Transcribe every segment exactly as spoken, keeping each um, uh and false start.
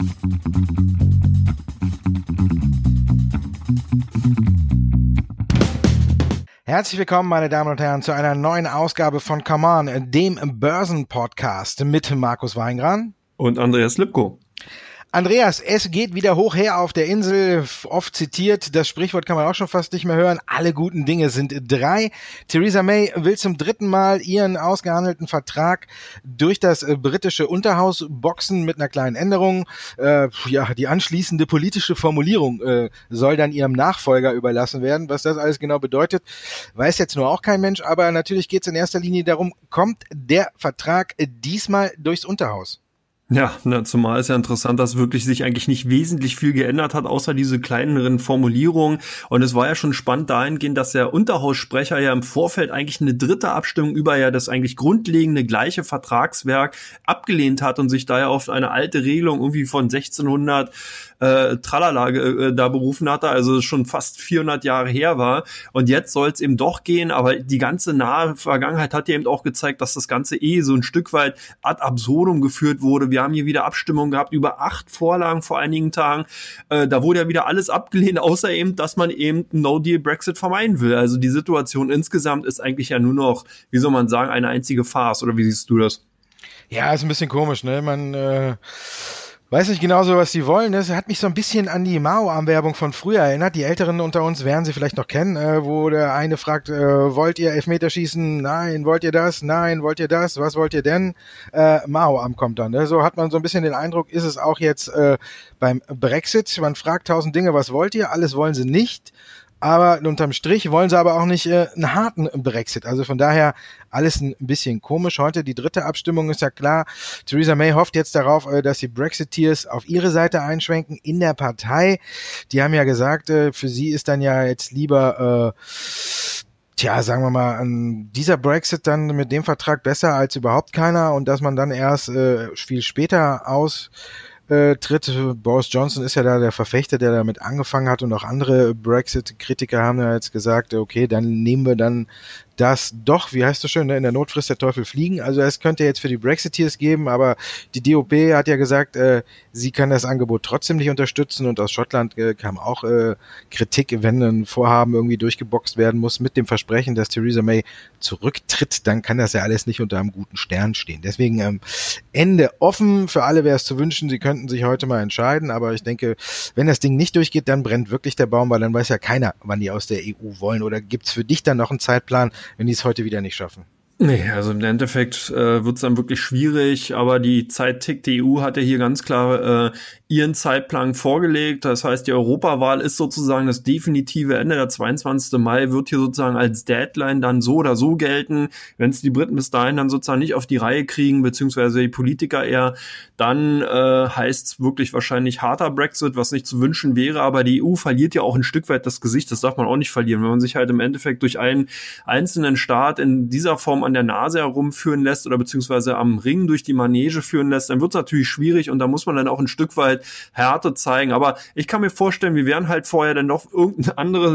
Herzlich willkommen, meine Damen und Herren, zu einer neuen Ausgabe von Come On, dem Börsenpodcast mit Markus Weingran und Andreas Lipko. Andreas, es geht wieder hoch her auf der Insel, oft zitiert, das Sprichwort kann man auch schon fast nicht mehr hören, alle guten Dinge sind drei. Theresa May will zum dritten Mal ihren ausgehandelten Vertrag durch das äh, britische Unterhaus boxen mit einer kleinen Änderung. Äh, ja, die anschließende politische Formulierung äh, soll dann ihrem Nachfolger überlassen werden. Was das alles genau bedeutet, weiß jetzt nur auch kein Mensch, aber natürlich geht es in erster Linie darum, kommt der Vertrag äh, diesmal durchs Unterhaus? Ja, na, zumal ist ja interessant, dass wirklich sich eigentlich nicht wesentlich viel geändert hat, außer diese kleineren Formulierungen. Und es war ja schon spannend dahingehend, dass der Unterhaussprecher ja im Vorfeld eigentlich eine dritte Abstimmung über ja das eigentlich grundlegende gleiche Vertragswerk abgelehnt hat und sich daher auf eine alte Regelung irgendwie von sechzehnhundert äh, Tralala äh, da berufen hatte, also schon fast vierhundert Jahre her war. Und jetzt soll es eben doch gehen, aber die ganze nahe Vergangenheit hat ja eben auch gezeigt, dass das Ganze eh so ein Stück weit ad absurdum geführt wurde. Wir haben hier wieder Abstimmungen gehabt über acht Vorlagen vor einigen Tagen. Äh, da wurde ja wieder alles abgelehnt, außer eben, dass man eben No-Deal-Brexit vermeiden will. Also die Situation insgesamt ist eigentlich ja nur noch, wie soll man sagen, eine einzige Farce. Oder wie siehst du das? Ja, ist ein bisschen komisch, ne? Man äh weiß nicht genau so, was sie wollen. Das hat mich so ein bisschen an die Mao-Arm-Werbung von früher erinnert. Die Älteren unter uns werden sie vielleicht noch kennen, äh, wo der eine fragt, äh, wollt ihr Elfmeterschießen? Nein. Wollt ihr das? Nein. Wollt ihr das? Was wollt ihr denn? Äh, Mao-Arm kommt dann. Ne? So hat man so ein bisschen den Eindruck, ist es auch jetzt äh, beim Brexit. Man fragt tausend Dinge, was wollt ihr? Alles wollen sie nicht. Aber unterm Strich wollen sie aber auch nicht äh, einen harten Brexit. Also von daher alles ein bisschen komisch. Heute die dritte Abstimmung ist ja klar. Theresa May hofft jetzt darauf, äh, dass die Brexiteers auf ihre Seite einschwenken in der Partei. Die haben ja gesagt, äh, für sie ist dann ja jetzt lieber, äh, tja, sagen wir mal, an dieser Brexit dann mit dem Vertrag besser als überhaupt keiner und dass man dann erst äh, viel später aus Äh, tritt. Boris Johnson ist ja da der Verfechter, der damit angefangen hat und auch andere Brexit-Kritiker haben ja jetzt gesagt, okay, dann nehmen wir dann das doch, wie heißt das schön, ne? In der Not frisst der Teufel fliegen. Also es könnte jetzt für die Brexiteers geben, aber die D U P hat ja gesagt, äh, sie kann das Angebot trotzdem nicht unterstützen und aus Schottland äh, kam auch äh, Kritik, wenn ein Vorhaben irgendwie durchgeboxt werden muss mit dem Versprechen, dass Theresa May zurücktritt, dann kann das ja alles nicht unter einem guten Stern stehen. Deswegen ähm, Ende offen, für alle wäre es zu wünschen, sie könnten sich heute mal entscheiden, aber ich denke, wenn das Ding nicht durchgeht, dann brennt wirklich der Baum, weil dann weiß ja keiner, wann die aus der E U wollen. Oder gibt's für dich dann noch einen Zeitplan, wenn die es heute wieder nicht schaffen? Nee, also im Endeffekt äh, wird es dann wirklich schwierig, aber die Zeit tickt. Die E U hat ja hier ganz klar äh, ihren Zeitplan vorgelegt. Das heißt, die Europawahl ist sozusagen das definitive Ende. Der zweiundzwanzigsten Mai wird hier sozusagen als Deadline dann so oder so gelten. Wenn es die Briten bis dahin dann sozusagen nicht auf die Reihe kriegen, beziehungsweise die Politiker eher, dann äh, heißt es wirklich wahrscheinlich harter Brexit, was nicht zu wünschen wäre. Aber die E U verliert ja auch ein Stück weit das Gesicht. Das darf man auch nicht verlieren. Wenn man sich halt im Endeffekt durch einen einzelnen Staat in dieser Form an der Nase herumführen lässt oder beziehungsweise am Ring durch die Manege führen lässt, dann wird es natürlich schwierig und da muss man dann auch ein Stück weit Härte zeigen. Aber ich kann mir vorstellen, wir werden halt vorher dann noch irgendein anderes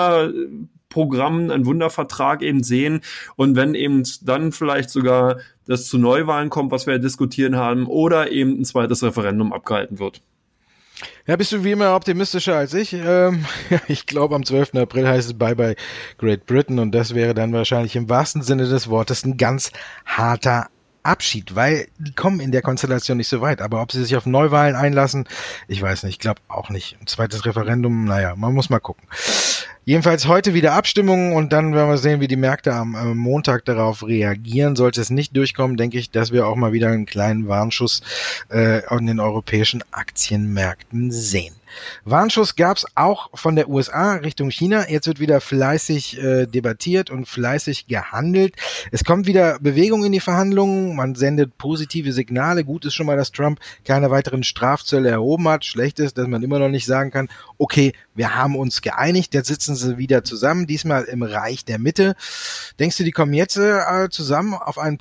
Wunderprogramm, ein Wundervertrag eben sehen und wenn eben dann vielleicht sogar das zu Neuwahlen kommt, was wir ja diskutieren haben, oder eben ein zweites Referendum abgehalten wird. Ja, bist du wie immer optimistischer als ich. Ähm, ich glaube, am zwölften April heißt es Bye-bye Great Britain und das wäre dann wahrscheinlich im wahrsten Sinne des Wortes ein ganz harter Abschied, weil die kommen in der Konstellation nicht so weit. Aber ob sie sich auf Neuwahlen einlassen, ich weiß nicht, ich glaube auch nicht. Ein zweites Referendum, naja, man muss mal gucken. Jedenfalls heute wieder Abstimmungen und dann werden wir sehen, wie die Märkte am äh, Montag darauf reagieren. Sollte es nicht durchkommen, denke ich, dass wir auch mal wieder einen kleinen Warnschuss äh, an den europäischen Aktienmärkten sehen. Warnschuss gab es auch von der U S A Richtung China. Jetzt wird wieder fleißig äh, debattiert und fleißig gehandelt. Es kommt wieder Bewegung in die Verhandlungen. Man sendet positive Signale. Gut ist schon mal, dass Trump keine weiteren Strafzölle erhoben hat. Schlecht ist, dass man immer noch nicht sagen kann, okay, wir haben uns geeinigt. Jetzt sitzen sie wieder zusammen, diesmal im Reich der Mitte. Denkst du, die kommen jetzt äh, zusammen auf einen Punkt?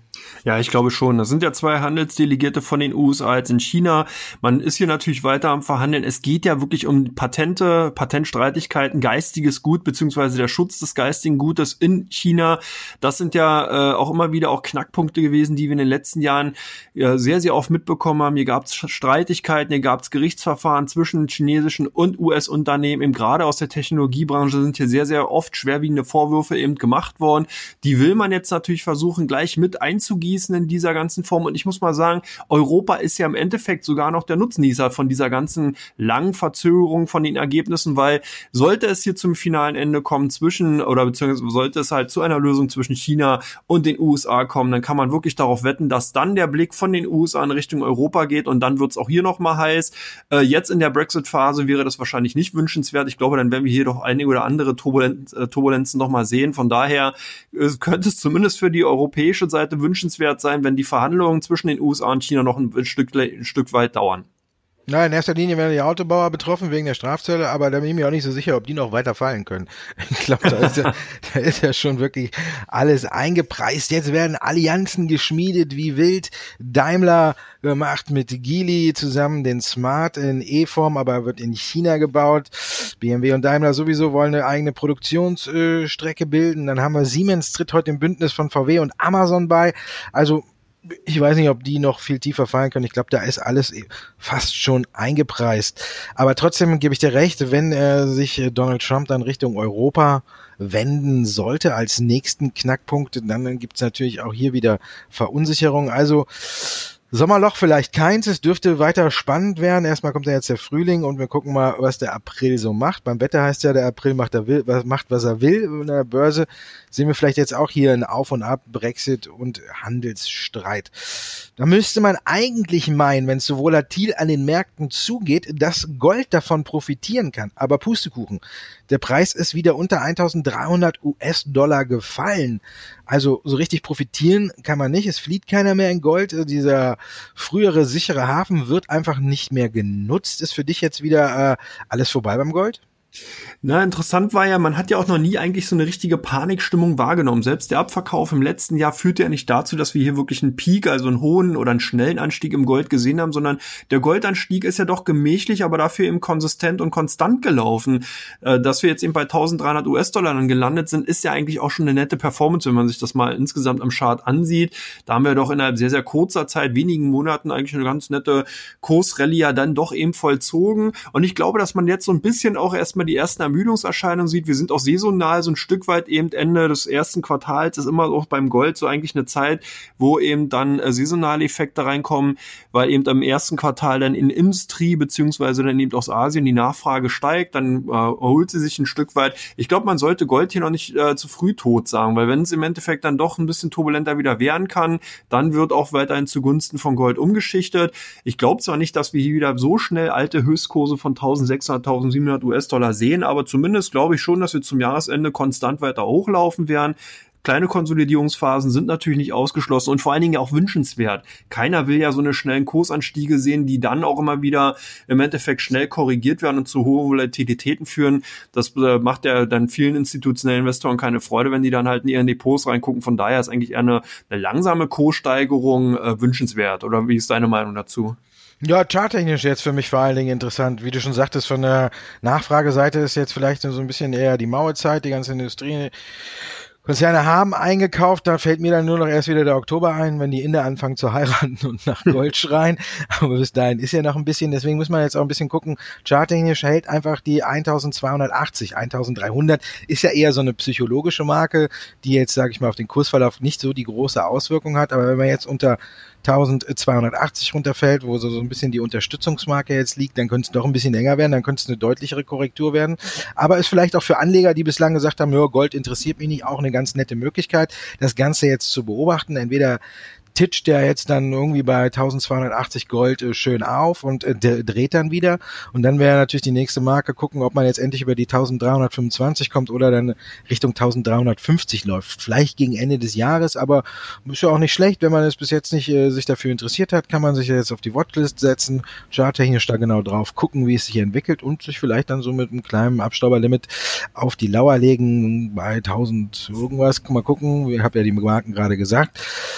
Ja, ich glaube schon. Das sind ja zwei Handelsdelegierte von den U S A jetzt in China. Man ist hier natürlich weiter am Verhandeln. Es geht ja wirklich um Patente, Patentstreitigkeiten, geistiges Gut beziehungsweise der Schutz des geistigen Gutes in China. Das sind ja äh, auch immer wieder auch Knackpunkte gewesen, die wir in den letzten Jahren ja, sehr, sehr oft mitbekommen haben. Hier gab es Streitigkeiten, hier gab es Gerichtsverfahren zwischen chinesischen und U S-Unternehmen. Eben gerade aus der Technologiebranche sind hier sehr, sehr oft schwerwiegende Vorwürfe eben gemacht worden. Die will man jetzt natürlich versuchen, gleich mit einzugießen in dieser ganzen Form. Und ich muss mal sagen, Europa ist ja im Endeffekt sogar noch der Nutznießer von dieser ganzen langen Verzögerung von den Ergebnissen, weil sollte es hier zum finalen Ende kommen zwischen, oder beziehungsweise sollte es halt zu einer Lösung zwischen China und den U S A kommen, dann kann man wirklich darauf wetten, dass dann der Blick von den U S A in Richtung Europa geht und dann wird es auch hier nochmal heiß. Äh, jetzt in der Brexit-Phase wäre das wahrscheinlich nicht wünschenswert. Ich glaube, dann werden wir hier doch einige oder andere Turbulenz, äh, Turbulenzen nochmal sehen. Von daher äh, könnte es zumindest für die europäische Seite wünschenswert sein, wenn die Verhandlungen zwischen den U S A und China noch ein, ein, Stück, ein Stück weit dauern. Na, in erster Linie werden die Autobauer betroffen wegen der Strafzölle, aber da bin ich mir auch nicht so sicher, ob die noch weiter fallen können. Ich glaube, da ist ja, da ist ja schon wirklich alles eingepreist. Jetzt werden Allianzen geschmiedet wie wild. Daimler macht mit Geely zusammen den Smart in E-Form, aber wird in China gebaut. B M W und Daimler sowieso wollen eine eigene Produktionsstrecke bilden. Dann haben wir Siemens tritt heute im Bündnis von V W und Amazon bei. Also ich weiß nicht, ob die noch viel tiefer fallen können. Ich glaube, da ist alles fast schon eingepreist. Aber trotzdem gebe ich dir recht, wenn äh, sich Donald Trump dann Richtung Europa wenden sollte als nächsten Knackpunkt, dann gibt es natürlich auch hier wieder Verunsicherung. Also Sommerloch vielleicht keins, es dürfte weiter spannend werden. Erstmal kommt ja jetzt der Frühling und wir gucken mal, was der April so macht. Beim Wetter heißt ja, der April macht, er will, was, macht, was er will. In der Börse sehen wir vielleicht jetzt auch hier ein Auf und Ab, Brexit und Handelsstreit. Da müsste man eigentlich meinen, wenn es so volatil an den Märkten zugeht, dass Gold davon profitieren kann. Aber Pustekuchen. Der Preis ist wieder unter eintausenddreihundert U S-Dollar gefallen. Also so richtig profitieren kann man nicht. Es flieht keiner mehr in Gold. Dieser frühere sichere Hafen wird einfach nicht mehr genutzt. Ist für dich jetzt wieder äh, alles vorbei beim Gold? Na, interessant war ja, man hat ja auch noch nie eigentlich so eine richtige Panikstimmung wahrgenommen. Selbst der Abverkauf im letzten Jahr führte ja nicht dazu, dass wir hier wirklich einen Peak, also einen hohen oder einen schnellen Anstieg im Gold gesehen haben, sondern der Goldanstieg ist ja doch gemächlich, aber dafür eben konsistent und konstant gelaufen. Dass wir jetzt eben bei eintausenddreihundert U S-Dollar dann gelandet sind, ist ja eigentlich auch schon eine nette Performance, wenn man sich das mal insgesamt am Chart ansieht. Da haben wir doch innerhalb sehr, sehr kurzer Zeit, wenigen Monaten eigentlich eine ganz nette Kursrallye ja dann doch eben vollzogen. Und ich glaube, dass man jetzt so ein bisschen auch erstmal die ersten Ermüdungserscheinungen sieht. Wir sind auch saisonal so ein Stück weit eben Ende des ersten Quartals ist immer auch beim Gold so eigentlich eine Zeit, wo eben dann äh, saisonale Effekte reinkommen, weil eben im ersten Quartal dann in Industrie beziehungsweise dann eben aus Asien die Nachfrage steigt, dann äh, erholt sie sich ein Stück weit. Ich glaube, man sollte Gold hier noch nicht äh, zu früh tot sagen, weil wenn es im Endeffekt dann doch ein bisschen turbulenter wieder werden kann, dann wird auch weiterhin zugunsten von Gold umgeschichtet. Ich glaube zwar nicht, dass wir hier wieder so schnell alte Höchstkurse von eintausendsechshundert, eintausendsiebenhundert U S-Dollar sehen, aber zumindest glaube ich schon, dass wir zum Jahresende konstant weiter hochlaufen werden. Kleine Konsolidierungsphasen sind natürlich nicht ausgeschlossen und vor allen Dingen auch wünschenswert. Keiner will ja so eine schnellen Kursanstiege sehen, die dann auch immer wieder im Endeffekt schnell korrigiert werden und zu hohen Volatilitäten führen. Das äh, macht ja dann vielen institutionellen Investoren keine Freude, wenn die dann halt in ihren Depots reingucken. Von daher ist eigentlich eher eine, eine langsame Kurssteigerung äh, wünschenswert. Oder wie ist deine Meinung dazu? Ja, charttechnisch jetzt für mich vor allen Dingen interessant. Wie du schon sagtest, von der Nachfrageseite ist jetzt vielleicht so ein bisschen eher die Mauerzeit, die ganze Industrie. Konzerne haben eingekauft, da fällt mir dann nur noch erst wieder der Oktober ein, wenn die Inder anfangen zu heiraten und nach Gold schreien. Aber bis dahin ist ja noch ein bisschen, deswegen muss man jetzt auch ein bisschen gucken. Charttechnisch hält einfach die eintausendzweihundertachtzig, eintausenddreihundert ist ja eher so eine psychologische Marke, die jetzt, sage ich mal, auf den Kursverlauf nicht so die große Auswirkung hat. Aber wenn man jetzt unter eintausendzweihundertachtzig runterfällt, wo so, so ein bisschen die Unterstützungsmarke jetzt liegt, dann könnte es doch ein bisschen länger werden, dann könnte es eine deutlichere Korrektur werden. Aber ist vielleicht auch für Anleger, die bislang gesagt haben, ja, Gold interessiert mich nicht, auch eine ganz nette Möglichkeit, das Ganze jetzt zu beobachten. Entweder titscht der jetzt dann irgendwie bei eintausendzweihundertachtzig Gold äh, schön auf und äh, dreht dann wieder. Und dann wäre natürlich die nächste Marke gucken, ob man jetzt endlich über die eintausenddreihundertfünfundzwanzig kommt oder dann Richtung eintausenddreihundertfünfzig läuft. Vielleicht gegen Ende des Jahres, aber ist ja auch nicht schlecht, wenn man es bis jetzt nicht äh, sich dafür interessiert hat, kann man sich jetzt auf die Watchlist setzen, charttechnisch da genau drauf gucken, wie es sich entwickelt und sich vielleicht dann so mit einem kleinen Abstauberlimit auf die Lauer legen bei tausend irgendwas. Mal gucken, ich habe ja die Marken gerade gesagt.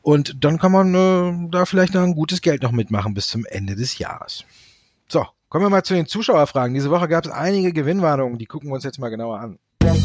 Und dann kann man äh, da vielleicht noch ein gutes Geld noch mitmachen bis zum Ende des Jahres. So, kommen wir mal zu den Zuschauerfragen. Diese Woche gab es einige Gewinnwarnungen, die gucken wir uns jetzt mal genauer an.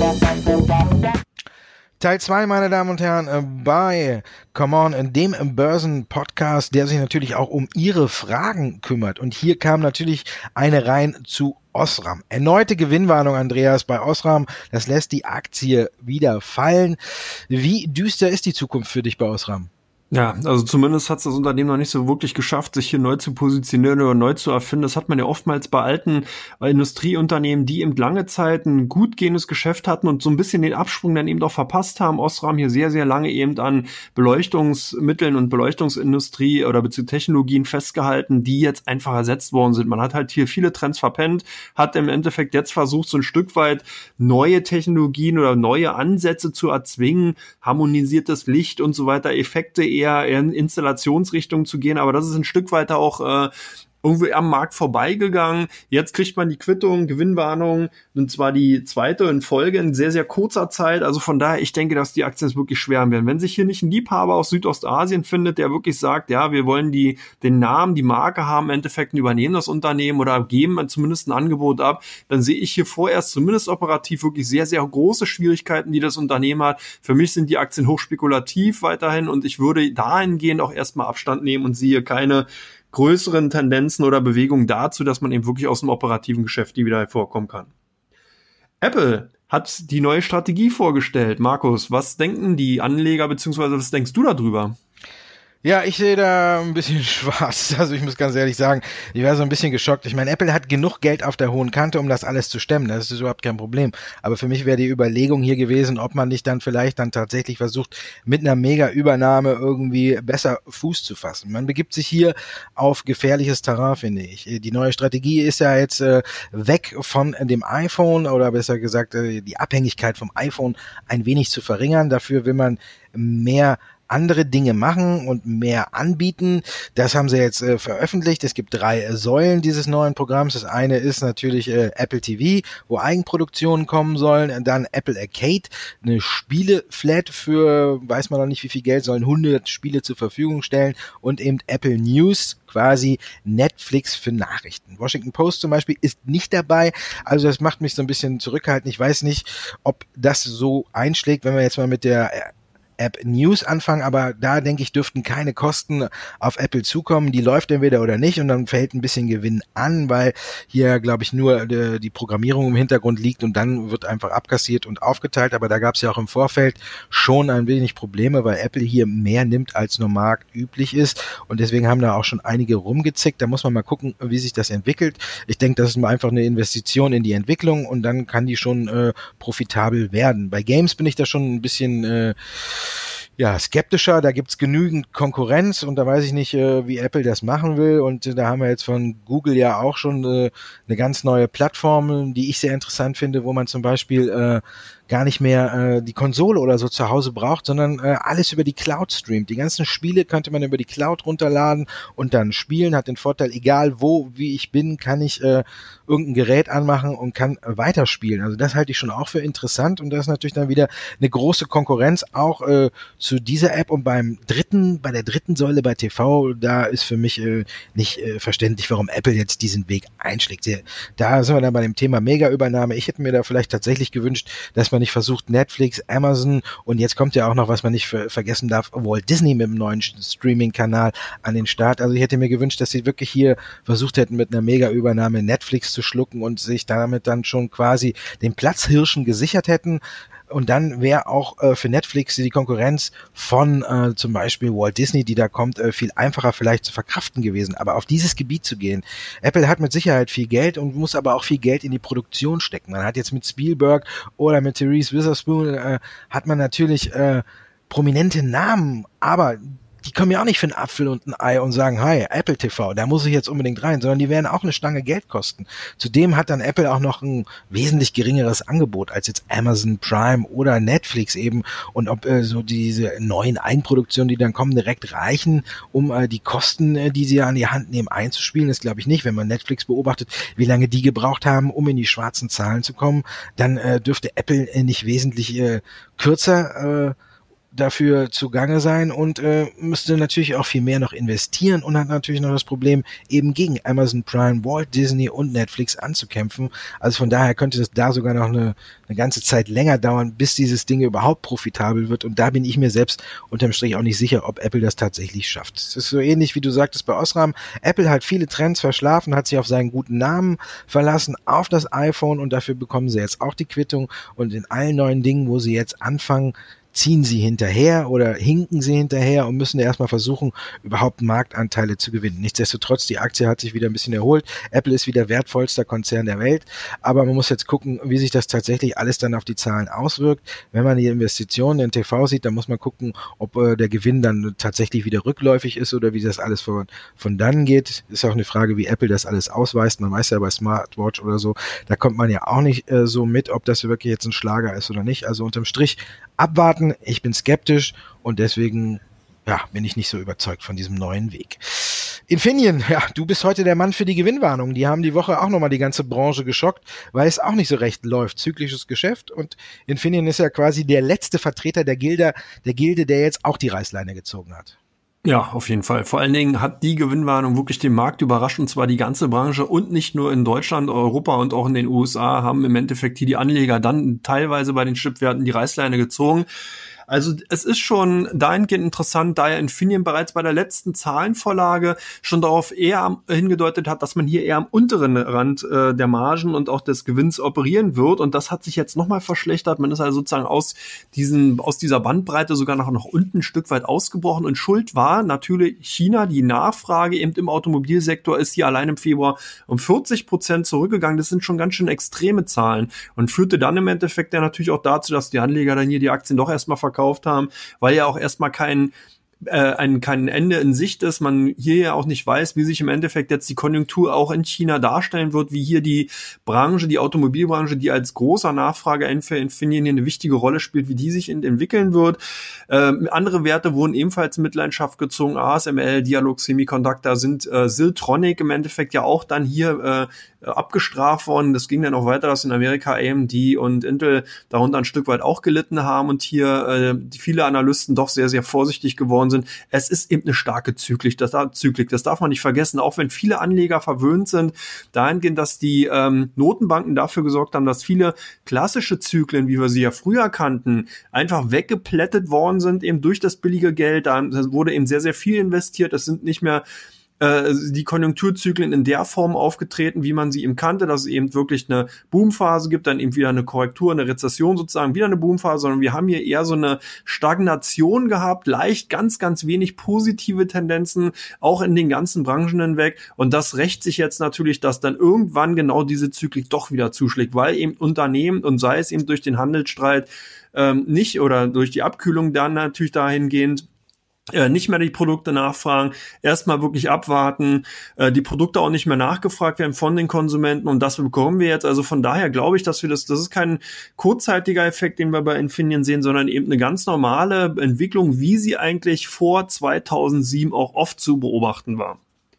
Teil zwei, meine Damen und Herren, bei Come On, dem Börsen-Podcast, der sich natürlich auch um Ihre Fragen kümmert. Und hier kam natürlich eine rein zu Osram. Erneute Gewinnwarnung, Andreas, bei Osram. Das lässt die Aktie wieder fallen. Wie düster ist die Zukunft für dich bei Osram? Ja, also zumindest hat es das Unternehmen noch nicht so wirklich geschafft, sich hier neu zu positionieren oder neu zu erfinden. Das hat man ja oftmals bei alten Industrieunternehmen, die eben lange Zeit ein gut gehendes Geschäft hatten und so ein bisschen den Absprung dann eben doch verpasst haben. Osram hier sehr, sehr lange eben an Beleuchtungsmitteln und Beleuchtungsindustrie oder beziehungsweise Technologien festgehalten, die jetzt einfach ersetzt worden sind. Man hat halt hier viele Trends verpennt, hat im Endeffekt jetzt versucht, so ein Stück weit neue Technologien oder neue Ansätze zu erzwingen, harmonisiertes Licht und so weiter, Effekte eher in Installationsrichtung zu gehen, aber das ist ein Stück weiter auch äh, irgendwie am Markt vorbeigegangen. Jetzt kriegt man die Quittung, Gewinnwarnung, und zwar die zweite in Folge in sehr, sehr kurzer Zeit. Also von daher, ich denke, dass die Aktien es wirklich schwer haben werden. Wenn sich hier nicht ein Liebhaber aus Südostasien findet, der wirklich sagt, ja, wir wollen die den Namen, die Marke haben, im Endeffekt übernehmen das Unternehmen oder geben zumindest ein Angebot ab, dann sehe ich hier vorerst zumindest operativ wirklich sehr, sehr große Schwierigkeiten, die das Unternehmen hat. Für mich sind die Aktien hochspekulativ weiterhin und ich würde dahingehend auch erstmal Abstand nehmen und sehe keine größeren Tendenzen oder Bewegungen dazu, dass man eben wirklich aus dem operativen Geschäft die wieder hervorkommen kann. Apple hat die neue Strategie vorgestellt. Markus, was denken die Anleger, beziehungsweise was denkst du darüber? Ja, ich sehe da ein bisschen schwarz. Also ich muss ganz ehrlich sagen, ich war so ein bisschen geschockt. Ich meine, Apple hat genug Geld auf der hohen Kante, um das alles zu stemmen. Das ist überhaupt kein Problem. Aber für mich wäre die Überlegung hier gewesen, ob man nicht dann vielleicht dann tatsächlich versucht, mit einer Mega-Übernahme irgendwie besser Fuß zu fassen. Man begibt sich hier auf gefährliches Terrain, finde ich. Die neue Strategie ist ja jetzt äh, weg von dem iPhone oder besser gesagt, äh, die Abhängigkeit vom iPhone ein wenig zu verringern. Dafür will man mehr andere Dinge machen und mehr anbieten. Das haben sie jetzt äh, veröffentlicht. Es gibt drei äh, Säulen dieses neuen Programms. Das eine ist natürlich äh, Apple T V, wo Eigenproduktionen kommen sollen. Dann Apple Arcade, eine Spiele-Flat für, weiß man noch nicht wie viel Geld, sollen hundert Spiele zur Verfügung stellen. Und eben Apple News, quasi Netflix für Nachrichten. Washington Post zum Beispiel ist nicht dabei. Also das macht mich so ein bisschen zurückhaltend. Ich weiß nicht, ob das so einschlägt, wenn wir jetzt mal mit der App News anfangen, aber da denke ich, dürften keine Kosten auf Apple zukommen. Die läuft entweder oder nicht und dann fällt ein bisschen Gewinn an, weil hier, glaube ich, nur die, die Programmierung im Hintergrund liegt und dann wird einfach abkassiert und aufgeteilt. Aber da gab es ja auch im Vorfeld schon ein wenig Probleme, weil Apple hier mehr nimmt, als normal üblich ist und deswegen haben da auch schon einige rumgezickt. Da muss man mal gucken, wie sich das entwickelt. Ich denke, das ist mal einfach eine Investition in die Entwicklung und dann kann die schon äh, profitabel werden. Bei Games bin ich da schon ein bisschen äh, ja, skeptischer, da gibt's genügend Konkurrenz und da weiß ich nicht, äh, wie Apple das machen will und äh, da haben wir jetzt von Google ja auch schon äh, eine ganz neue Plattform, die ich sehr interessant finde, wo man zum Beispiel äh, gar nicht mehr äh, die Konsole oder so zu Hause braucht, sondern äh, alles über die Cloud streamt. Die ganzen Spiele könnte man über die Cloud runterladen und dann spielen, hat den Vorteil, egal wo, wie ich bin, kann ich äh, irgendein Gerät anmachen und kann äh, weiterspielen. Also das halte ich schon auch für interessant und das ist natürlich dann wieder eine große Konkurrenz auch äh, zu dieser App und beim dritten, bei der dritten Säule bei T V, da ist für mich äh, nicht äh, verständlich, warum Apple jetzt diesen Weg einschlägt. Da sind wir dann bei dem Thema Mega-Übernahme. Ich hätte mir da vielleicht tatsächlich gewünscht, dass man nicht versucht, Netflix, Amazon und jetzt kommt ja auch noch, was man nicht ver- vergessen darf, Walt Disney mit dem neuen Streaming-Kanal an den Start. Also ich hätte mir gewünscht, dass sie wirklich hier versucht hätten, mit einer Mega-Übernahme Netflix zu schlucken und sich damit dann schon quasi den Platzhirschen gesichert hätten. Und dann wäre auch äh, für Netflix die Konkurrenz von äh, zum Beispiel Walt Disney, die da kommt, äh, viel einfacher vielleicht zu verkraften gewesen. Aber auf dieses Gebiet zu gehen, Apple hat mit Sicherheit viel Geld und muss aber auch viel Geld in die Produktion stecken. Man hat jetzt mit Spielberg oder mit Therese Witherspoon äh, hat man natürlich äh, prominente Namen, aber die kommen ja auch nicht für einen Apfel und ein Ei und sagen, hi, Apple T V, da muss ich jetzt unbedingt rein, sondern die werden auch eine Stange Geld kosten. Zudem hat dann Apple auch noch ein wesentlich geringeres Angebot als jetzt Amazon Prime oder Netflix eben und ob äh, so diese neuen Eigenproduktionen, die dann kommen, direkt reichen, um äh, die Kosten, äh, die sie an die Hand nehmen, einzuspielen, das glaube ich nicht. Wenn man Netflix beobachtet, wie lange die gebraucht haben, um in die schwarzen Zahlen zu kommen, dann äh, dürfte Apple äh, nicht wesentlich äh, kürzer äh, dafür zugange sein und äh, müsste natürlich auch viel mehr noch investieren und hat natürlich noch das Problem, eben gegen Amazon Prime, Walt Disney und Netflix anzukämpfen. Also von daher könnte es da sogar noch eine, eine ganze Zeit länger dauern, bis dieses Ding überhaupt profitabel wird. Und da bin ich mir selbst unterm Strich auch nicht sicher, ob Apple das tatsächlich schafft. Es ist so ähnlich, wie du sagtest bei Osram. Apple hat viele Trends verschlafen, hat sich auf seinen guten Namen verlassen, auf das iPhone, und dafür bekommen sie jetzt auch die Quittung. Und in allen neuen Dingen, wo sie jetzt anfangen, ziehen sie hinterher oder hinken sie hinterher und müssen erstmal versuchen, überhaupt Marktanteile zu gewinnen. Nichtsdestotrotz, die Aktie hat sich wieder ein bisschen erholt. Apple ist wieder wertvollster Konzern der Welt, aber man muss jetzt gucken, wie sich das tatsächlich alles dann auf die Zahlen auswirkt. Wenn man die Investitionen in T V sieht, dann muss man gucken, ob äh, der Gewinn dann tatsächlich wieder rückläufig ist oder wie das alles von, von dann geht. Ist auch eine Frage, wie Apple das alles ausweist. Man weiß ja bei Smartwatch oder so, da kommt man ja auch nicht äh, so mit, ob das wirklich jetzt ein Schlager ist oder nicht. Also unterm Strich abwarten. Ich bin skeptisch und deswegen, ja, bin ich nicht so überzeugt von diesem neuen Weg. Infineon, ja, du bist heute der Mann für die Gewinnwarnung. Die haben die Woche auch nochmal die ganze Branche geschockt, weil es auch nicht so recht läuft. Zyklisches Geschäft, und Infineon ist ja quasi der letzte Vertreter der Gilde, der Gilde, der jetzt auch die Reißleine gezogen hat. Ja, auf jeden Fall. Vor allen Dingen hat die Gewinnwarnung wirklich den Markt überrascht, und zwar die ganze Branche, und nicht nur in Deutschland, Europa und auch in den U S A haben im Endeffekt hier die Anleger dann teilweise bei den Chipwerten die Reißleine gezogen. Also es ist schon dahingehend interessant, da ja Infineon bereits bei der letzten Zahlenvorlage schon darauf eher hingedeutet hat, dass man hier eher am unteren Rand äh, der Margen und auch des Gewinns operieren wird, und das hat sich jetzt nochmal verschlechtert. Man ist also sozusagen aus diesen aus dieser Bandbreite sogar noch, noch unten ein Stück weit ausgebrochen, und schuld war natürlich China. Die Nachfrage eben im Automobilsektor ist hier allein im Februar um vierzig Prozent zurückgegangen. Das sind schon ganz schön extreme Zahlen und führte dann im Endeffekt ja natürlich auch dazu, dass die Anleger dann hier die Aktien doch erstmal verkaufen gekauft haben, weil ja auch erstmal kein äh, ein kein Ende in Sicht ist, man hier ja auch nicht weiß, wie sich im Endeffekt jetzt die Konjunktur auch in China darstellen wird, wie hier die Branche, die Automobilbranche, die als großer Nachfrager für Infineon eine wichtige Rolle spielt, wie die sich entwickeln wird. Ähm, andere Werte wurden ebenfalls in Mitleidenschaft gezogen. A S M L, Dialog Semiconductor, sind äh, Siltronic im Endeffekt ja auch dann hier äh, abgestraft worden. Das ging dann auch weiter, dass in Amerika A M D und Intel darunter ein Stück weit auch gelitten haben und hier äh, viele Analysten doch sehr, sehr vorsichtig geworden sind. Es ist eben eine starke Zyklik, das, Zyklik, das darf man nicht vergessen, auch wenn viele Anleger verwöhnt sind, dahingehend, dass die ähm, Notenbanken dafür gesorgt haben, dass viele klassische Zyklen, wie wir sie ja früher kannten, einfach weggeplättet worden sind, eben durch das billige Geld. Da wurde eben sehr, sehr viel investiert. Es sind nicht mehr die Konjunkturzyklen in der Form aufgetreten, wie man sie eben kannte, dass es eben wirklich eine Boomphase gibt, dann eben wieder eine Korrektur, eine Rezession sozusagen, wieder eine Boomphase, sondern wir haben hier eher so eine Stagnation gehabt, leicht ganz, ganz wenig positive Tendenzen, auch in den ganzen Branchen hinweg, und das rächt sich jetzt natürlich, dass dann irgendwann genau diese Zyklik doch wieder zuschlägt, weil eben Unternehmen, und sei es eben durch den Handelsstreit ähm, nicht oder durch die Abkühlung dann natürlich dahingehend, Äh, nicht mehr die Produkte nachfragen, erstmal wirklich abwarten, äh, die Produkte auch nicht mehr nachgefragt werden von den Konsumenten, und das bekommen wir jetzt. Also von daher glaube ich, dass wir das, das ist kein kurzzeitiger Effekt, den wir bei Infineon sehen, sondern eben eine ganz normale Entwicklung, wie sie eigentlich vor zweitausendsieben auch oft zu beobachten war.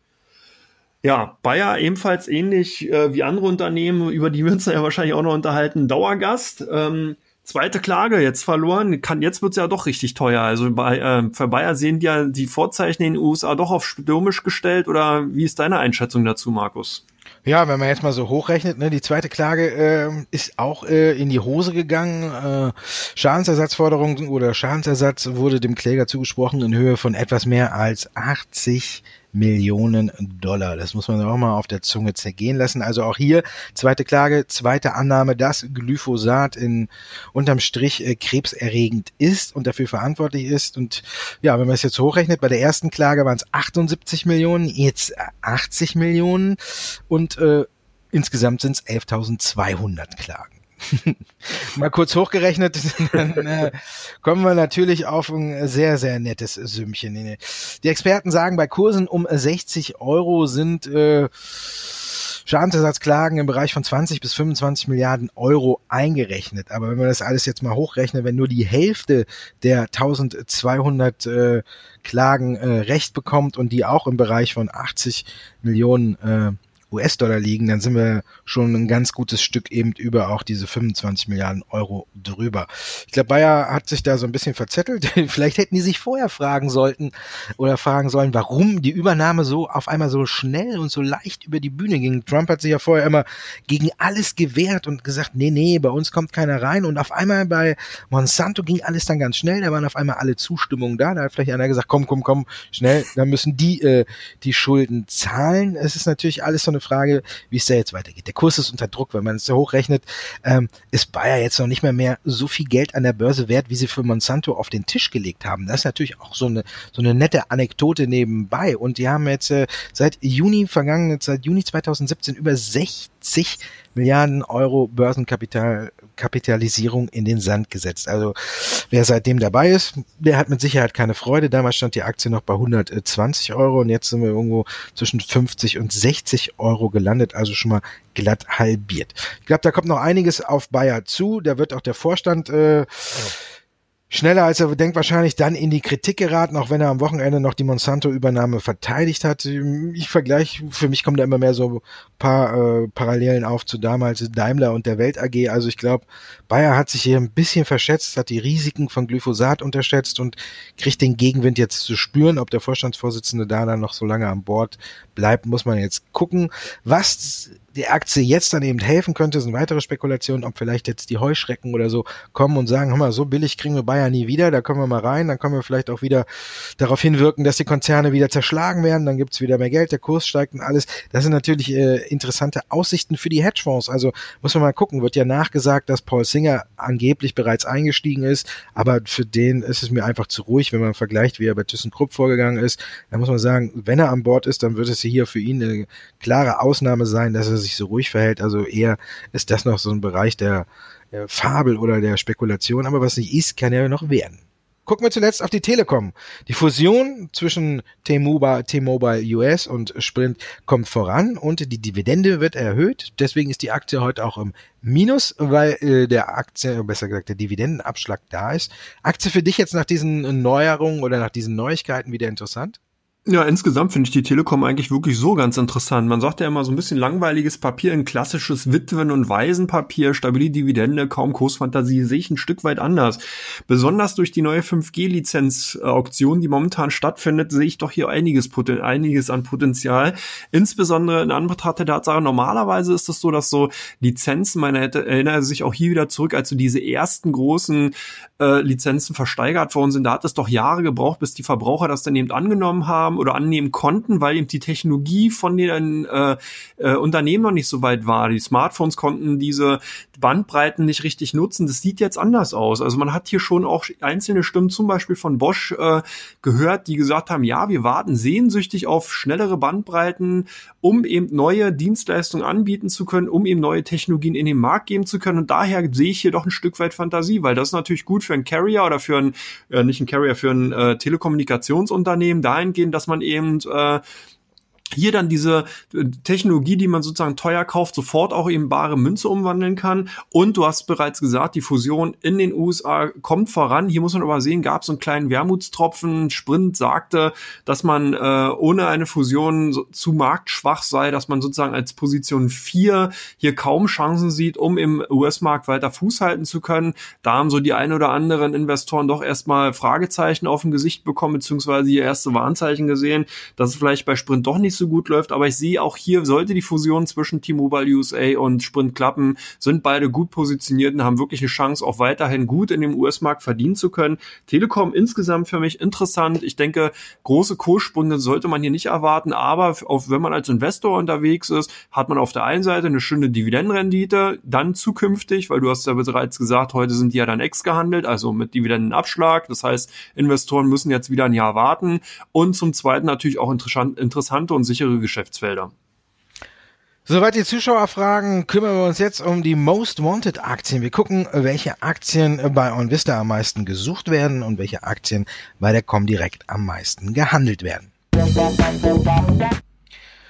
Ja, Bayer ebenfalls ähnlich äh, wie andere Unternehmen, über die wir uns ja wahrscheinlich auch noch unterhalten, Dauergast, ähm, zweite Klage jetzt verloren, kann, jetzt wird's ja doch richtig teuer. Also bei äh, für Bayer sehen ja die Vorzeichen in den U S A doch auf stürmisch gestellt, oder wie ist deine Einschätzung dazu, Markus? Ja, wenn man jetzt mal so hochrechnet, ne, die zweite Klage äh, ist auch äh, in die Hose gegangen. Äh, Schadensersatzforderung oder Schadensersatz wurde dem Kläger zugesprochen in Höhe von etwas mehr als achtzig Millionen Dollar. Das muss man auch mal auf der Zunge zergehen lassen. Also auch hier zweite Klage, zweite Annahme, dass Glyphosat in unterm Strich äh, krebserregend ist und dafür verantwortlich ist. Und ja, wenn man es jetzt hochrechnet, bei der ersten Klage waren es achtundsiebzig Millionen, jetzt achtzig Millionen, und äh, insgesamt sind es elftausendzweihundert Klagen. Mal kurz hochgerechnet, dann äh, kommen wir natürlich auf ein sehr, sehr nettes Sümmchen. Die Experten sagen, bei Kursen um sechzig Euro sind äh, Schadensersatzklagen im Bereich von zwanzig bis fünfundzwanzig Milliarden Euro eingerechnet. Aber wenn man das alles jetzt mal hochrechnet, wenn nur die Hälfte der eintausendzweihundert äh, Klagen äh, Recht bekommt und die auch im Bereich von achtzig Millionen äh, U S-Dollar liegen, dann sind wir schon ein ganz gutes Stück eben über auch diese fünfundzwanzig Milliarden Euro drüber. Ich glaube, Bayer hat sich da so ein bisschen verzettelt. Vielleicht hätten die sich vorher fragen sollten oder fragen sollen, warum die Übernahme so auf einmal so schnell und so leicht über die Bühne ging. Trump hat sich ja vorher immer gegen alles gewehrt und gesagt, nee, nee, bei uns kommt keiner rein. Und auf einmal bei Monsanto ging alles dann ganz schnell. Da waren auf einmal alle Zustimmungen da. Da hat vielleicht einer gesagt, komm, komm, komm, schnell, dann müssen die äh, die Schulden zahlen. Es ist natürlich alles so eine Frage, wie es da jetzt weitergeht. Der Kurs ist unter Druck, wenn man es so hochrechnet, ähm, ist Bayer jetzt noch nicht mehr mehr so viel Geld an der Börse wert, wie sie für Monsanto auf den Tisch gelegt haben. Das ist natürlich auch so eine so eine nette Anekdote nebenbei. Und die haben jetzt äh, seit Juni vergangen, seit Juni zweitausendsiebzehn über sechzig Milliarden Euro Börsenkapital Kapitalisierung in den Sand gesetzt. Also wer seitdem dabei ist, der hat mit Sicherheit keine Freude. Damals stand die Aktie noch bei hundertzwanzig Euro und jetzt sind wir irgendwo zwischen fünfzig und sechzig Euro gelandet, also schon mal glatt halbiert. Ich glaube, da kommt noch einiges auf Bayer zu. Da wird auch der Vorstand äh, schneller als er denkt wahrscheinlich dann in die Kritik geraten, auch wenn er am Wochenende noch die Monsanto-Übernahme verteidigt hat. Ich vergleiche, für mich kommen da immer mehr so ein paar äh, Parallelen auf zu damals Daimler und der Welt A G. Also ich glaube, Bayer hat sich hier ein bisschen verschätzt, hat die Risiken von Glyphosat unterschätzt und kriegt den Gegenwind jetzt zu spüren. Ob der Vorstandsvorsitzende da dann noch so lange an Bord bleibt, muss man jetzt gucken. Was die Aktie jetzt dann eben helfen könnte, sind weitere Spekulationen, ob vielleicht jetzt die Heuschrecken oder so kommen und sagen, hör mal, so billig kriegen wir Bayer nie wieder, da kommen wir mal rein, dann können wir vielleicht auch wieder darauf hinwirken, dass die Konzerne wieder zerschlagen werden, dann gibt's wieder mehr Geld, der Kurs steigt und alles. Das sind natürlich äh, interessante Aussichten für die Hedgefonds, also muss man mal gucken, wird ja nachgesagt, dass Paul Singer angeblich bereits eingestiegen ist, aber für den ist es mir einfach zu ruhig, wenn man vergleicht, wie er bei ThyssenKrupp vorgegangen ist. Da muss man sagen, wenn er an Bord ist, dann wird es hier für ihn eine klare Ausnahme sein, dass er sich so ruhig verhält, also eher ist das noch so ein Bereich der, der Fabel oder der Spekulation, aber was nicht ist, kann ja noch werden. Gucken wir zuletzt auf die Telekom. Die Fusion zwischen T-Mobile, T-Mobile U S und Sprint kommt voran und die Dividende wird erhöht. Deswegen ist die Aktie heute auch im Minus, weil äh, der Aktie, besser gesagt der Dividendenabschlag da ist. Aktie für dich jetzt nach diesen Neuerungen oder nach diesen Neuigkeiten wieder interessant? Ja, insgesamt finde ich die Telekom eigentlich wirklich so ganz interessant. Man sagt ja immer so ein bisschen langweiliges Papier, ein klassisches Witwen- und Waisenpapier, stabile Dividende, kaum Kursfantasie, sehe ich ein Stück weit anders. Besonders durch die neue fünf G Lizenz-Auktion, die momentan stattfindet, sehe ich doch hier einiges, einiges an Potenzial. Insbesondere in Anbetracht der Tatsache, normalerweise ist es so, dass so Lizenzen, man erinnere sich auch hier wieder zurück, als so diese ersten großen äh, Lizenzen versteigert worden sind, da hat es doch Jahre gebraucht, bis die Verbraucher das dann eben angenommen haben oder annehmen konnten, weil eben die Technologie von den äh, äh, Unternehmen noch nicht so weit war. Die Smartphones konnten diese Bandbreiten nicht richtig nutzen. Das sieht jetzt anders aus. Also man hat hier schon auch einzelne Stimmen, zum Beispiel von Bosch, äh, gehört, die gesagt haben, ja, wir warten sehnsüchtig auf schnellere Bandbreiten, um eben neue Dienstleistungen anbieten zu können, um eben neue Technologien in den Markt geben zu können. Und daher sehe ich hier doch ein Stück weit Fantasie, weil das ist natürlich gut für einen Carrier oder für ein, äh, nicht ein Carrier, für ein äh, Telekommunikationsunternehmen dahingehend, dass man eben äh, hier dann diese Technologie, die man sozusagen teuer kauft, sofort auch in bare Münze umwandeln kann. Und du hast bereits gesagt, die Fusion in den U S A kommt voran. Hier muss man aber sehen, gab es so einen kleinen Wermutstropfen. Sprint sagte, dass man äh, ohne eine Fusion so, zu marktschwach sei, dass man sozusagen als Position vier hier kaum Chancen sieht, um im U S-Markt weiter Fuß halten zu können. Da haben so die ein oder anderen Investoren doch erstmal Fragezeichen auf dem Gesicht bekommen, beziehungsweise ihr erste Warnzeichen gesehen, dass es vielleicht bei Sprint doch nicht so gut läuft, aber ich sehe auch hier, sollte die Fusion zwischen T-Mobile U S A und Sprint klappen, sind beide gut positioniert und haben wirklich eine Chance, auch weiterhin gut in dem U S-Markt verdienen zu können. Telekom insgesamt für mich interessant. Ich denke, große Kurssprünge sollte man hier nicht erwarten, aber auch wenn man als Investor unterwegs ist, hat man auf der einen Seite eine schöne Dividendenrendite, dann zukünftig, weil du hast ja bereits gesagt, heute sind die ja dann ex gehandelt, also mit Dividendenabschlag. Das heißt, Investoren müssen jetzt wieder ein Jahr warten und zum Zweiten natürlich auch interessant, interessante und sichere Geschäftsfelder. Soweit die Zuschauerfragen, kümmern wir uns jetzt um die Most Wanted Aktien. Wir gucken, welche Aktien bei OnVista am meisten gesucht werden und welche Aktien bei der Comdirect am meisten gehandelt werden.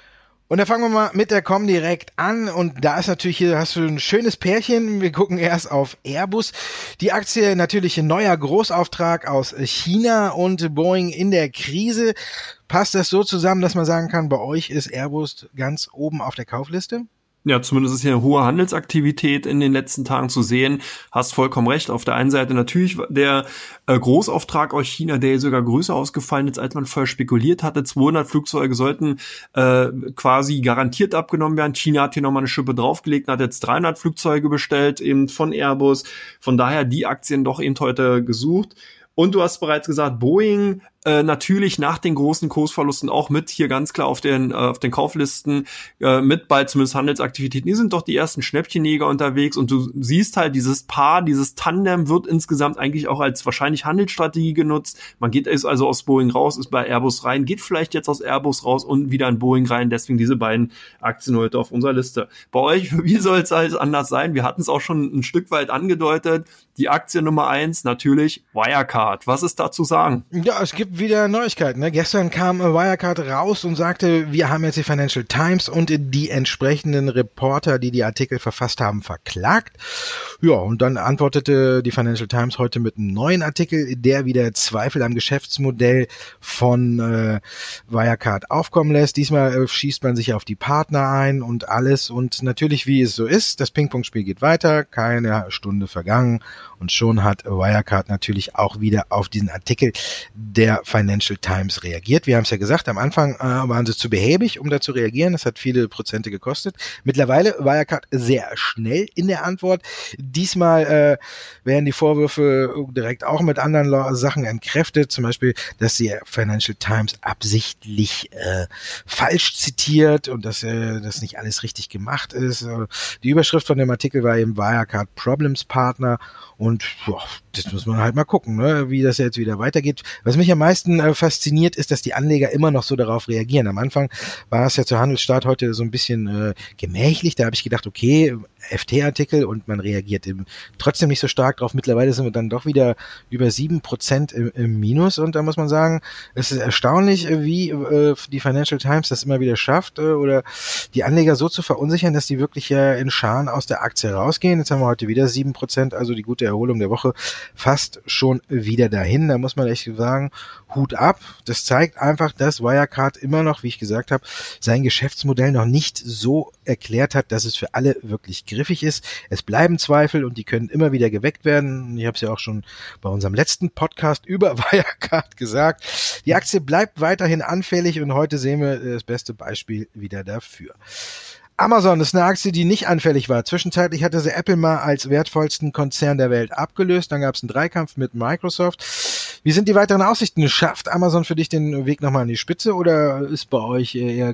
Und da fangen wir mal mit der Comdirect an und da ist natürlich hier, hast du ein schönes Pärchen. Wir gucken erst auf Airbus. Die Aktie natürlich ein neuer Großauftrag aus China und Boeing in der Krise. Passt das so zusammen, dass man sagen kann, bei euch ist Airbus ganz oben auf der Kaufliste? Ja, zumindest ist hier eine hohe Handelsaktivität in den letzten Tagen zu sehen. Hast vollkommen recht. Auf der einen Seite natürlich der äh, Großauftrag aus China, der sogar größer ausgefallen ist, als man vorher spekuliert hatte. zweihundert Flugzeuge sollten äh, quasi garantiert abgenommen werden. China hat hier nochmal eine Schippe draufgelegt und hat jetzt dreihundert Flugzeuge bestellt, eben von Airbus. Von daher die Aktien doch eben heute gesucht. Und du hast bereits gesagt, Boeing äh, natürlich nach den großen Kursverlusten auch mit hier ganz klar auf den äh, auf den Kauflisten äh, mit bei zumindest Handelsaktivitäten. Die sind doch die ersten Schnäppchenjäger unterwegs und du siehst halt dieses Paar, dieses Tandem wird insgesamt eigentlich auch als wahrscheinlich Handelsstrategie genutzt. Man geht also aus Boeing raus, ist bei Airbus rein, geht vielleicht jetzt aus Airbus raus und wieder in Boeing rein. Deswegen diese beiden Aktien heute auf unserer Liste. Bei euch, wie soll es halt anders sein? Wir hatten es auch schon ein Stück weit angedeutet. Die Aktie Nummer eins natürlich Wirecard. Was ist da zu sagen? Ja, es gibt wieder Neuigkeiten. Ne? Gestern kam Wirecard raus und sagte, wir haben jetzt die Financial Times und die entsprechenden Reporter, die die Artikel verfasst haben, verklagt. Ja, und dann antwortete die Financial Times heute mit einem neuen Artikel, der wieder Zweifel am Geschäftsmodell von äh, Wirecard aufkommen lässt. Diesmal äh, schießt man sich auf die Partner ein und alles. Und natürlich, wie es so ist, das Ping-Pong-Spiel geht weiter, keine Stunde vergangen. Und schon hat Wirecard natürlich auch wieder auf diesen Artikel der Financial Times reagiert. Wir haben es ja gesagt, am Anfang äh, waren sie zu behäbig, um da zu reagieren. Das hat viele Prozente gekostet. Mittlerweile Wirecard sehr schnell in der Antwort. Diesmal äh, werden die Vorwürfe direkt auch mit anderen Sachen entkräftet. Zum Beispiel, dass die Financial Times absichtlich äh, falsch zitiert und dass äh, das nicht alles richtig gemacht ist. Die Überschrift von dem Artikel war eben Wirecard Problems Partner. Und boah, das muss man halt mal gucken, ne, wie das jetzt wieder weitergeht. Was mich am meisten äh, fasziniert, ist, dass die Anleger immer noch so darauf reagieren. Am Anfang war es ja zur Handelsstart heute so ein bisschen äh, gemächlich. Da habe ich gedacht, okay, F T-Artikel und man reagiert eben trotzdem nicht so stark drauf. Mittlerweile sind wir dann doch wieder über sieben Prozent im, im Minus. Und da muss man sagen, es ist erstaunlich, wie äh, die Financial Times das immer wieder schafft, äh, oder die Anleger so zu verunsichern, dass die wirklich äh, in Scharen aus der Aktie rausgehen. Jetzt haben wir heute wieder sieben Prozent, also die gute Erholung der Woche fast schon wieder dahin. Da muss man echt sagen, Hut ab. Das zeigt einfach, dass Wirecard immer noch, wie ich gesagt habe, sein Geschäftsmodell noch nicht so erklärt hat, dass es für alle wirklich griffig ist. Es bleiben Zweifel und die können immer wieder geweckt werden. Ich habe es ja auch schon bei unserem letzten Podcast über Wirecard gesagt. Die Aktie bleibt weiterhin anfällig und heute sehen wir das beste Beispiel wieder dafür. Amazon ist eine Aktie, die nicht anfällig war. Zwischenzeitlich hatte sie Apple mal als wertvollsten Konzern der Welt abgelöst. Dann gab es einen Dreikampf mit Microsoft. Wie sind die weiteren Aussichten? Schafft Amazon für dich den Weg nochmal an die Spitze oder ist bei euch eher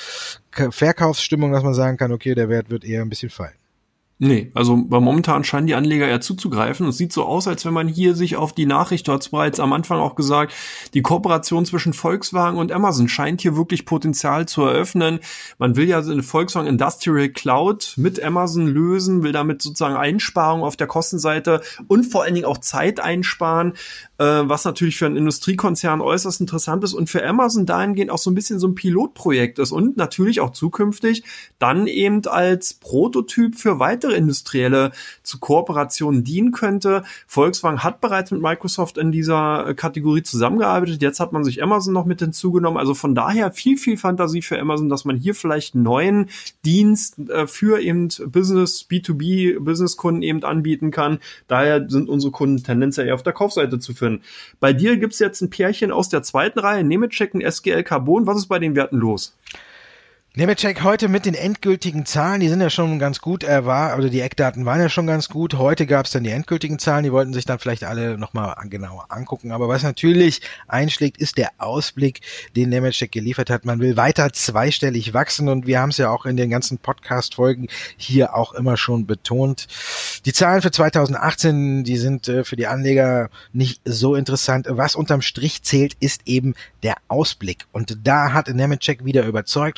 Verkaufsstimmung, dass man sagen kann, okay, der Wert wird eher ein bisschen fallen? Nee, also momentan scheinen die Anleger eher zuzugreifen. Es sieht so aus, als wenn man hier sich auf die Nachricht, du hast bereits am Anfang auch gesagt, die Kooperation zwischen Volkswagen und Amazon scheint hier wirklich Potenzial zu eröffnen. Man will ja eine Volkswagen Industrial Cloud mit Amazon lösen, will damit sozusagen Einsparungen auf der Kostenseite und vor allen Dingen auch Zeit einsparen, was natürlich für einen Industriekonzern äußerst interessant ist und für Amazon dahingehend auch so ein bisschen so ein Pilotprojekt ist und natürlich auch zukünftig dann eben als Prototyp für weitere industrielle zu Kooperationen dienen könnte. Volkswagen hat bereits mit Microsoft in dieser Kategorie zusammengearbeitet. Jetzt hat man sich Amazon noch mit hinzugenommen. Also von daher viel, viel Fantasie für Amazon, dass man hier vielleicht einen neuen Dienst äh, für eben Business, B zwei B, Businesskunden eben anbieten kann. Daher sind unsere Kunden tendenziell eher auf der Kaufseite zu finden. Bei dir gibt's jetzt ein Pärchen aus der zweiten Reihe, Nemetschek und S G L Carbon. Was ist bei den Werten los? Nemetschek heute mit den endgültigen Zahlen, die sind ja schon ganz gut, er war, oder die Eckdaten waren ja schon ganz gut. Heute gab es dann die endgültigen Zahlen, die wollten sich dann vielleicht alle nochmal genauer angucken. Aber was natürlich einschlägt, ist der Ausblick, den Nemetschek geliefert hat. Man will weiter zweistellig wachsen und wir haben es ja auch in den ganzen Podcast-Folgen hier auch immer schon betont. Die Zahlen für zweitausendachtzehn, die sind äh, für die Anleger nicht so interessant. Was unterm Strich zählt, ist eben der Ausblick. Und da hat Nemetschek wieder überzeugt und deswegen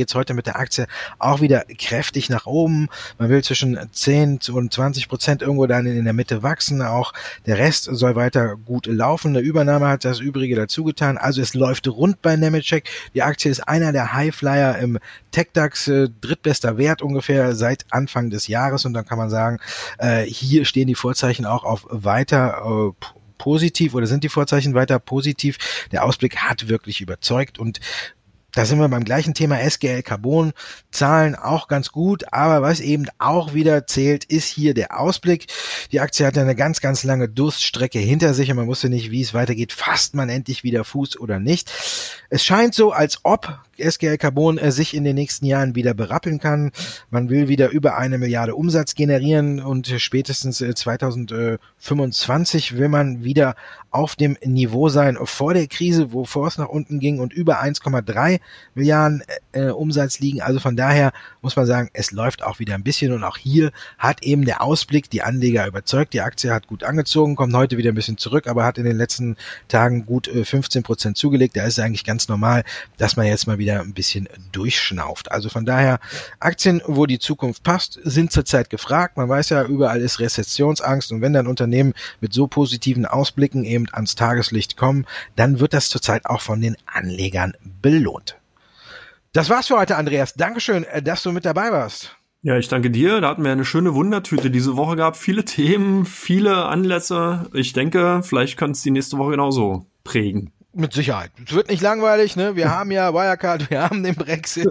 geht's heute mit der Aktie auch wieder kräftig nach oben. Man will zwischen zehn und zwanzig Prozent irgendwo dann in der Mitte wachsen. Auch der Rest soll weiter gut laufen. Eine Übernahme hat das Übrige dazu getan. Also es läuft rund bei Nemetschek. Die Aktie ist einer der Highflyer im TecDAX, äh, drittbester Wert ungefähr seit Anfang des Jahres. Und dann kann man sagen, äh, hier stehen die Vorzeichen auch auf weiter äh, positiv oder sind die Vorzeichen weiter positiv. Der Ausblick hat wirklich überzeugt und da sind wir beim gleichen Thema S G L Carbon, Zahlen auch ganz gut, aber was eben auch wieder zählt, ist hier der Ausblick. Die Aktie hatte eine ganz, ganz lange Durststrecke hinter sich und man wusste nicht, wie es weitergeht. Fasst man endlich wieder Fuß oder nicht? Es scheint so, als ob S G L Carbon äh, sich in den nächsten Jahren wieder berappeln kann. Man will wieder über eine Milliarde Umsatz generieren und äh, spätestens äh, zweitausendfünfundzwanzig will man wieder auf dem Niveau sein vor der Krise, wovor es nach unten ging und über eins Komma drei Milliarden äh, Umsatz liegen. Also von daher muss man sagen, es läuft auch wieder ein bisschen und auch hier hat eben der Ausblick die Anleger überzeugt. Die Aktie hat gut angezogen, kommt heute wieder ein bisschen zurück, aber hat in den letzten Tagen gut äh, fünfzehn Prozent zugelegt. Da ist es eigentlich ganz normal, dass man jetzt mal wieder ein bisschen durchschnauft. Also von daher Aktien, wo die Zukunft passt, sind zurzeit gefragt. Man weiß ja, überall ist Rezessionsangst und wenn dann Unternehmen mit so positiven Ausblicken eben ans Tageslicht kommen, dann wird das zurzeit auch von den Anlegern belohnt. Das war's für heute, Andreas. Dankeschön, dass du mit dabei warst. Ja, ich danke dir. Da hatten wir eine schöne Wundertüte diese Woche gehabt. Viele Themen, viele Anlässe. Ich denke, vielleicht kann es die nächste Woche genauso prägen. Mit Sicherheit. Es wird nicht langweilig, ne? Wir haben ja Wirecard, wir haben den Brexit.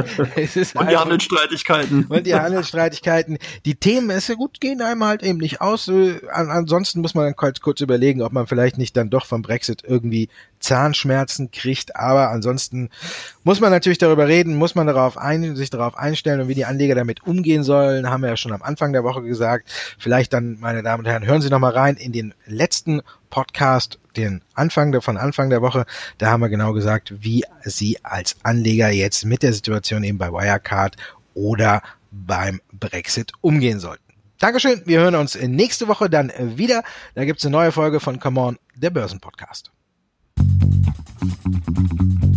Es ist und die Handelsstreitigkeiten. Und die Handelsstreitigkeiten. Die Themen, ist ja gut, gehen einem halt eben nicht aus. Ansonsten muss man dann kurz, kurz überlegen, ob man vielleicht nicht dann doch vom Brexit irgendwie Zahnschmerzen kriegt. Aber ansonsten muss man natürlich darüber reden, muss man darauf ein, sich darauf einstellen und wie die Anleger damit umgehen sollen, haben wir ja schon am Anfang der Woche gesagt. Vielleicht dann, meine Damen und Herren, hören Sie noch mal rein in den letzten Podcast, den Anfang der, von Anfang der Woche. Da haben wir genau gesagt, wie Sie als Anleger jetzt mit der Situation eben bei Wirecard oder beim Brexit umgehen sollten. Dankeschön. Wir hören uns nächste Woche dann wieder. Da gibt's eine neue Folge von Come On, der Börsenpodcast.